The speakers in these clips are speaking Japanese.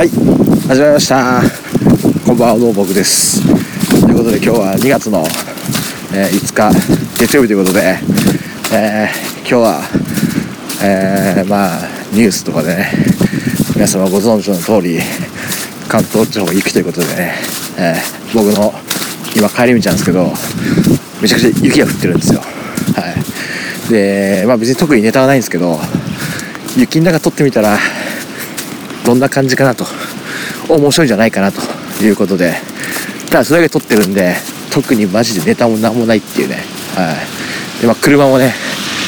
はい、始まりました。こんばんは、の僕です。ということで今日は2月の、5日月曜日ということで、今日は、ニュースとかでね、皆様ご存知の通り関東地方雪ということでね、僕の今帰り道なんですけど、めちゃくちゃ雪が降ってるんですよ。はい。で、別に特にネタはないんですけど、雪の中撮ってみたらどんな感じかなと、面白いんじゃないかなということで、ただそれだけ撮ってるんで特にマジでネタもなんもないっていうね。はい。で、車もね、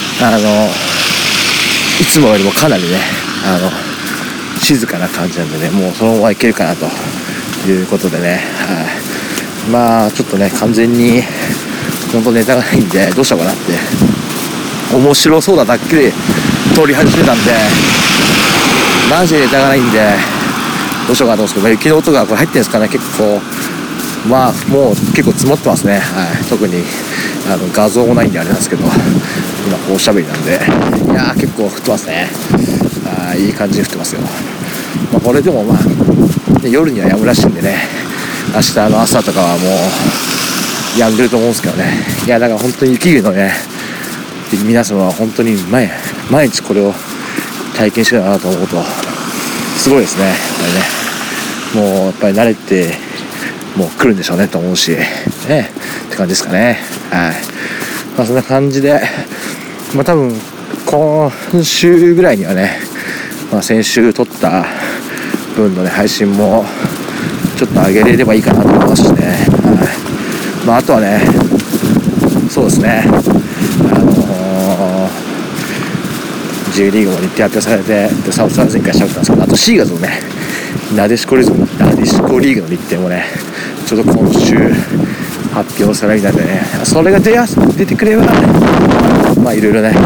いつもよりもかなりね、静かな感じなんでね、もうそのままいけるかなということでね。はい。ちょっとね、完全に本当ネタがないんでどうしようかなって、面白そうなだけで撮り始めたんでマジでネタがないんでどうしようかと思うんですけど、雪の音がこれ入ってるんですかね。結構もう結構積もってますね。はい。特に画像もないんであれなんですけど、今こうおしゃべりなんで、いやー結構降ってますね。いい感じに降ってますよ。これでも夜には止むらしいんでね、明日の朝とかはもう止んでると思うんですけどね。いやだから本当に雪のね、皆様は本当に毎日これを体験してるなと思うとすごいですね。やっぱりね、もうやっぱり慣れてもう来るんでしょうねと思うしねって感じですかね。はい。そんな感じで、多分今週ぐらいにはね、先週撮った分のね配信もちょっと上げれればいいかなと思いますしね。はい。あとはね、そうですね、J リーグも日程発表されて、でサウスア前回しゃべったんですけど、あと4月のねなでしこリーグの日程もねちょっと今週発表されるみたいでね、それが出てくればいろいろね、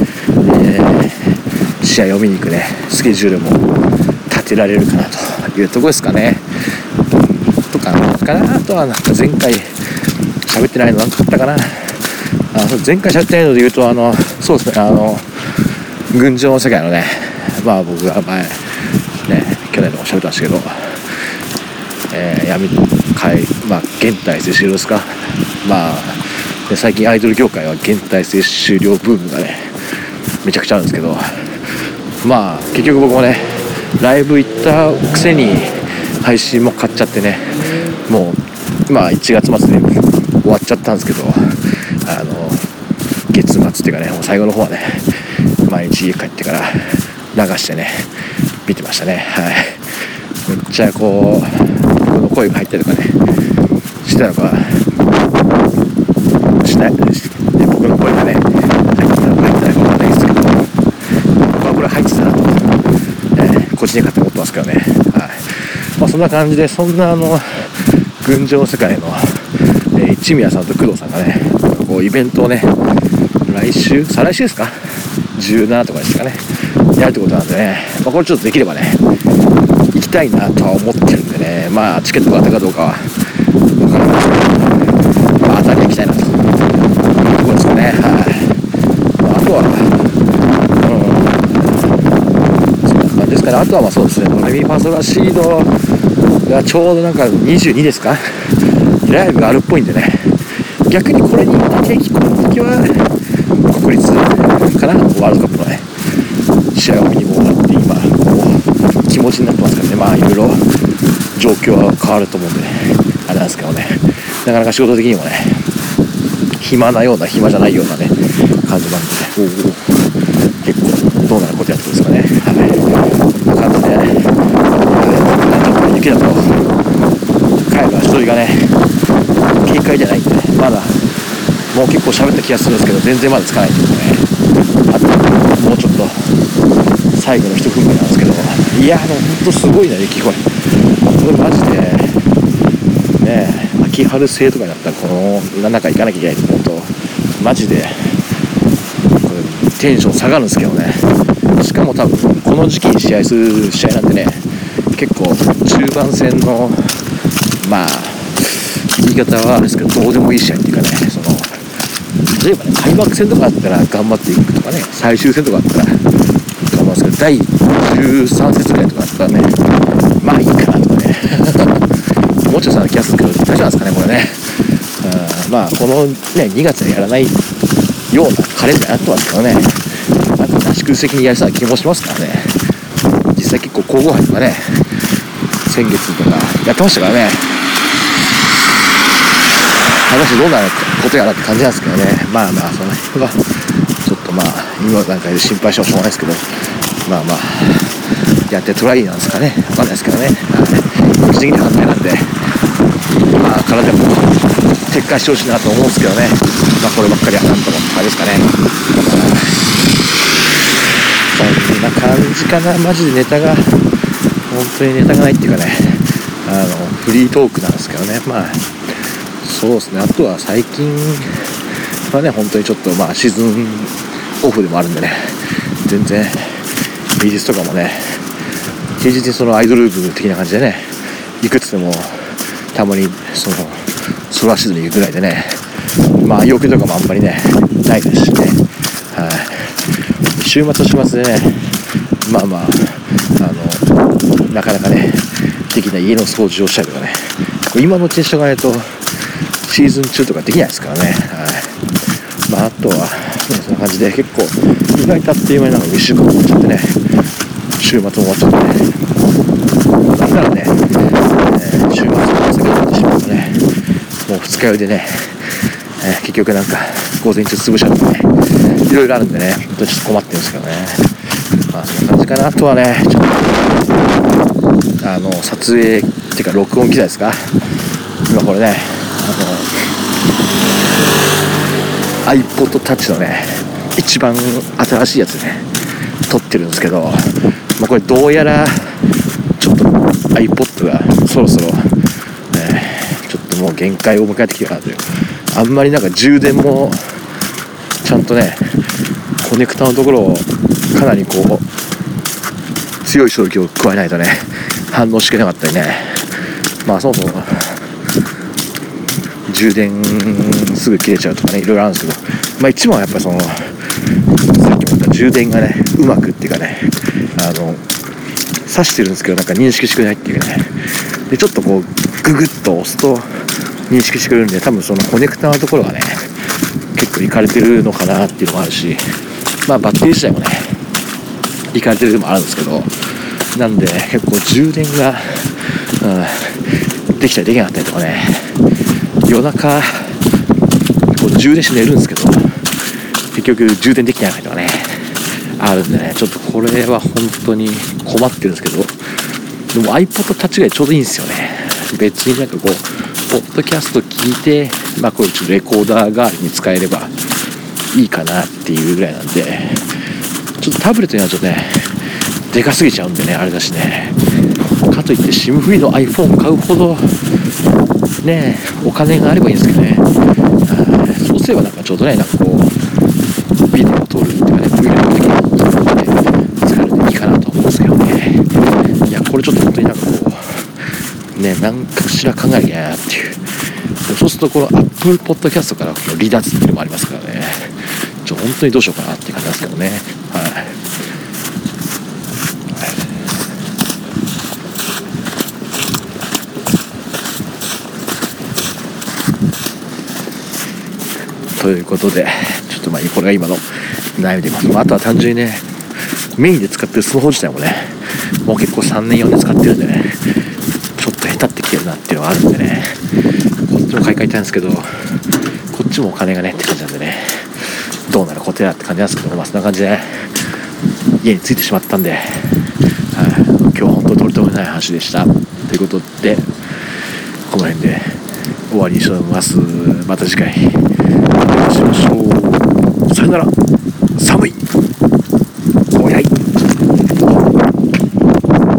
試合を見に行くねスケジュールも立てられるかなというところですかね。とかな。あとはなんか前回喋ってないのなんかあったかな。前回喋ってないので言うとそうですね、群青の世界のね、僕が前ね去年も喋ったんですけど、現代接終了ですか。最近アイドル業界は現代接終了ブームがねめちゃくちゃあるんですけど、結局僕もねライブ行ったくせに配信も買っちゃってね、もう1月末で終わっちゃったんですけど、月末っていうかね、もう最後の方はね毎日家帰ってから流してね見てましたね。はい。めっちゃ僕の声が入ったりとかねしたのかしない、僕の声がね入ってたのか入ってないか分かんないですけど、これ入ってたなと、個人的に思ってますからね。はい。そんな感じで、そんな群青世界の、一宮さんと工藤さんがねイベントをね再来週ですか、17とかですかねやるってことなんでね、これちょっとできればね行きたいなとは思ってるんでね、チケットが当たるかどうかは分からないですけど、当たり行きたいなというところですかね。はい。あとはそんな感じですかね。あとはそうですね、ドレミファソラシードがちょうどなんか22ですかライブがあるっぽいんでね、逆にこれに定期この時は国立かな、ワールドカップのね試合を見にもらって今気持ちになってますからね。いろいろ状況は変わると思うんでねあれなんですけどね、なかなか仕事的にもね暇なような暇じゃないようなね感じなんでね、結構どうなることやってるんですかね。はい。こんな感じで、雪だと帰る足取りがね軽快じゃないんでね、もう結構喋った気がするんですけど全然まだつかないんでね、あともうちょっと最後の一踏ん張りなんですけど、いやでもほんとすごいな雪。これマジでね、秋春製とかになったらこの中行かなきゃいけないと思うとマジでこれテンション下がるんですけどね。しかも多分この時期に試合する試合なんてね、結構中盤戦の言い方はあれですけどどうでもいい試合っていうかね、例えばね開幕戦とかあったら頑張っていくとかね、最終戦とかあったら我慢ますけど、第13節ぐらいとかだったらね、まあいいかなとかねもうちょっとな気がするけど、大丈夫なんですかねこれね。まあこのね2月はやらないようなカレンダーやってますからね、なんかなし空席にやりそうな気もしますからね。実際結構皇后杯とかね、先月とかやってましたからね。果たしてどうなることやらって感じなんですけどね。まあまあその辺はちょっとまあ今の段階で心配してもしょうがないですけど、まあまあやってトライなんですかね、わかんないですけどね。個人的に反対なんで、まあ体も撤回してほしいなと思うんですけどね。まあこればっかりはなんともあれですかね。そんな感じかな。マジでネタが本当にネタがないっていうかね、フリートークなんですけどね。まあそうですね。あとは最近はね、本当にちょっとまあシーズンオフでもあるんでね、全然平日とかもね、平日にそのアイドル部的な感じでね行くっつっても、たまにそのソラシズに行くぐらいでね、まあ要求とかもあんまりねないですしね。はい。週末は週末でね、まあまあなかなかねできない家の掃除をしたりとかね、今のうちにしとかないとシーズン中とかできないですからね。はい。まああとは、ね、そんな感じで結構意外とあっという間になんか1週間終わっちゃってね、週末も終わっちゃってね、だからね、週末の朝がってしまうとね、もう二日酔いでね、結局なんか午前中潰しちゃってね、いろいろあるんでね、本当にちょっと困ってるんですけどね。まあそんな感じかな。あとはね、ちょっと撮影っていうか録音機材ですか、今これねiPod Touch のね一番新しいやつね撮ってるんですけど、まあ、これどうやらちょっと iPod がそろそろ、ちょっともう限界を迎えてきたかなという、あんまりなんか充電もちゃんとねコネクタのところをかなりこう強い衝撃を加えないとね反応しきれなかったりね、まあそもそも充電すぐ切れちゃうとかね、いろいろあるんですけど、まあ一番はやっぱりそのさっきも言った充電がねうまくっていうかね、挿してるんですけどなんか認識してくれないっていうかね、でちょっとこうググッと押すと認識してくれるんで、多分そのコネクタのところがね結構いかれてるのかなっていうのもあるし、まあバッテリー自体もねいかれてるのもあるんですけど、なんで結構充電が、できたりできなかったりとかね、夜中こう充電して寝るんですけど結局充電できなかったりとかねあるんでね、ちょっとこれは本当に困ってるんですけど、でも iPod Touch がちょうどいいんですよね。別になんかこうポッドキャスト聞いて、まあこういうちょっとレコーダー代わりに使えればいいかなっていうぐらいなんで、ちょっとタブレットにはちょっとねでかすぎちゃうんでね、あれだしね、かといって SIM フリーの iPhone 買うほどねお金があればいいんですけどね、そうすればなんかちょうどね、なんかこうビデオを撮るっていうかね、Vlog 的に使えるのでいいかなと思うんですけどね。いやこれちょっと本当になんかこうね、なんかしら考えなきゃいけないなっていう。そうするとこの Apple Podcast から離脱っていうのもありますからね、本当にどうしようかなっていう感じなんですけどね。はい。ということで、ちょっとまあこれが今の悩みでいます。あとは単純にね、メインで使ってるスマホ自体もね、もう結構3年4年使ってるんでね、ちょっと下手ってきてるなっていうのがあるんでね、こっちも買い替えたいんですけど、こっちもお金がねって感じなんでね、どうなることやって感じなんですけど、まあそんな感じで、ね、家に着いてしまったんで、今日は本当に取り留めない話でした。ということで、この辺で終わりにします。また次回お会いしましょう。さよなら。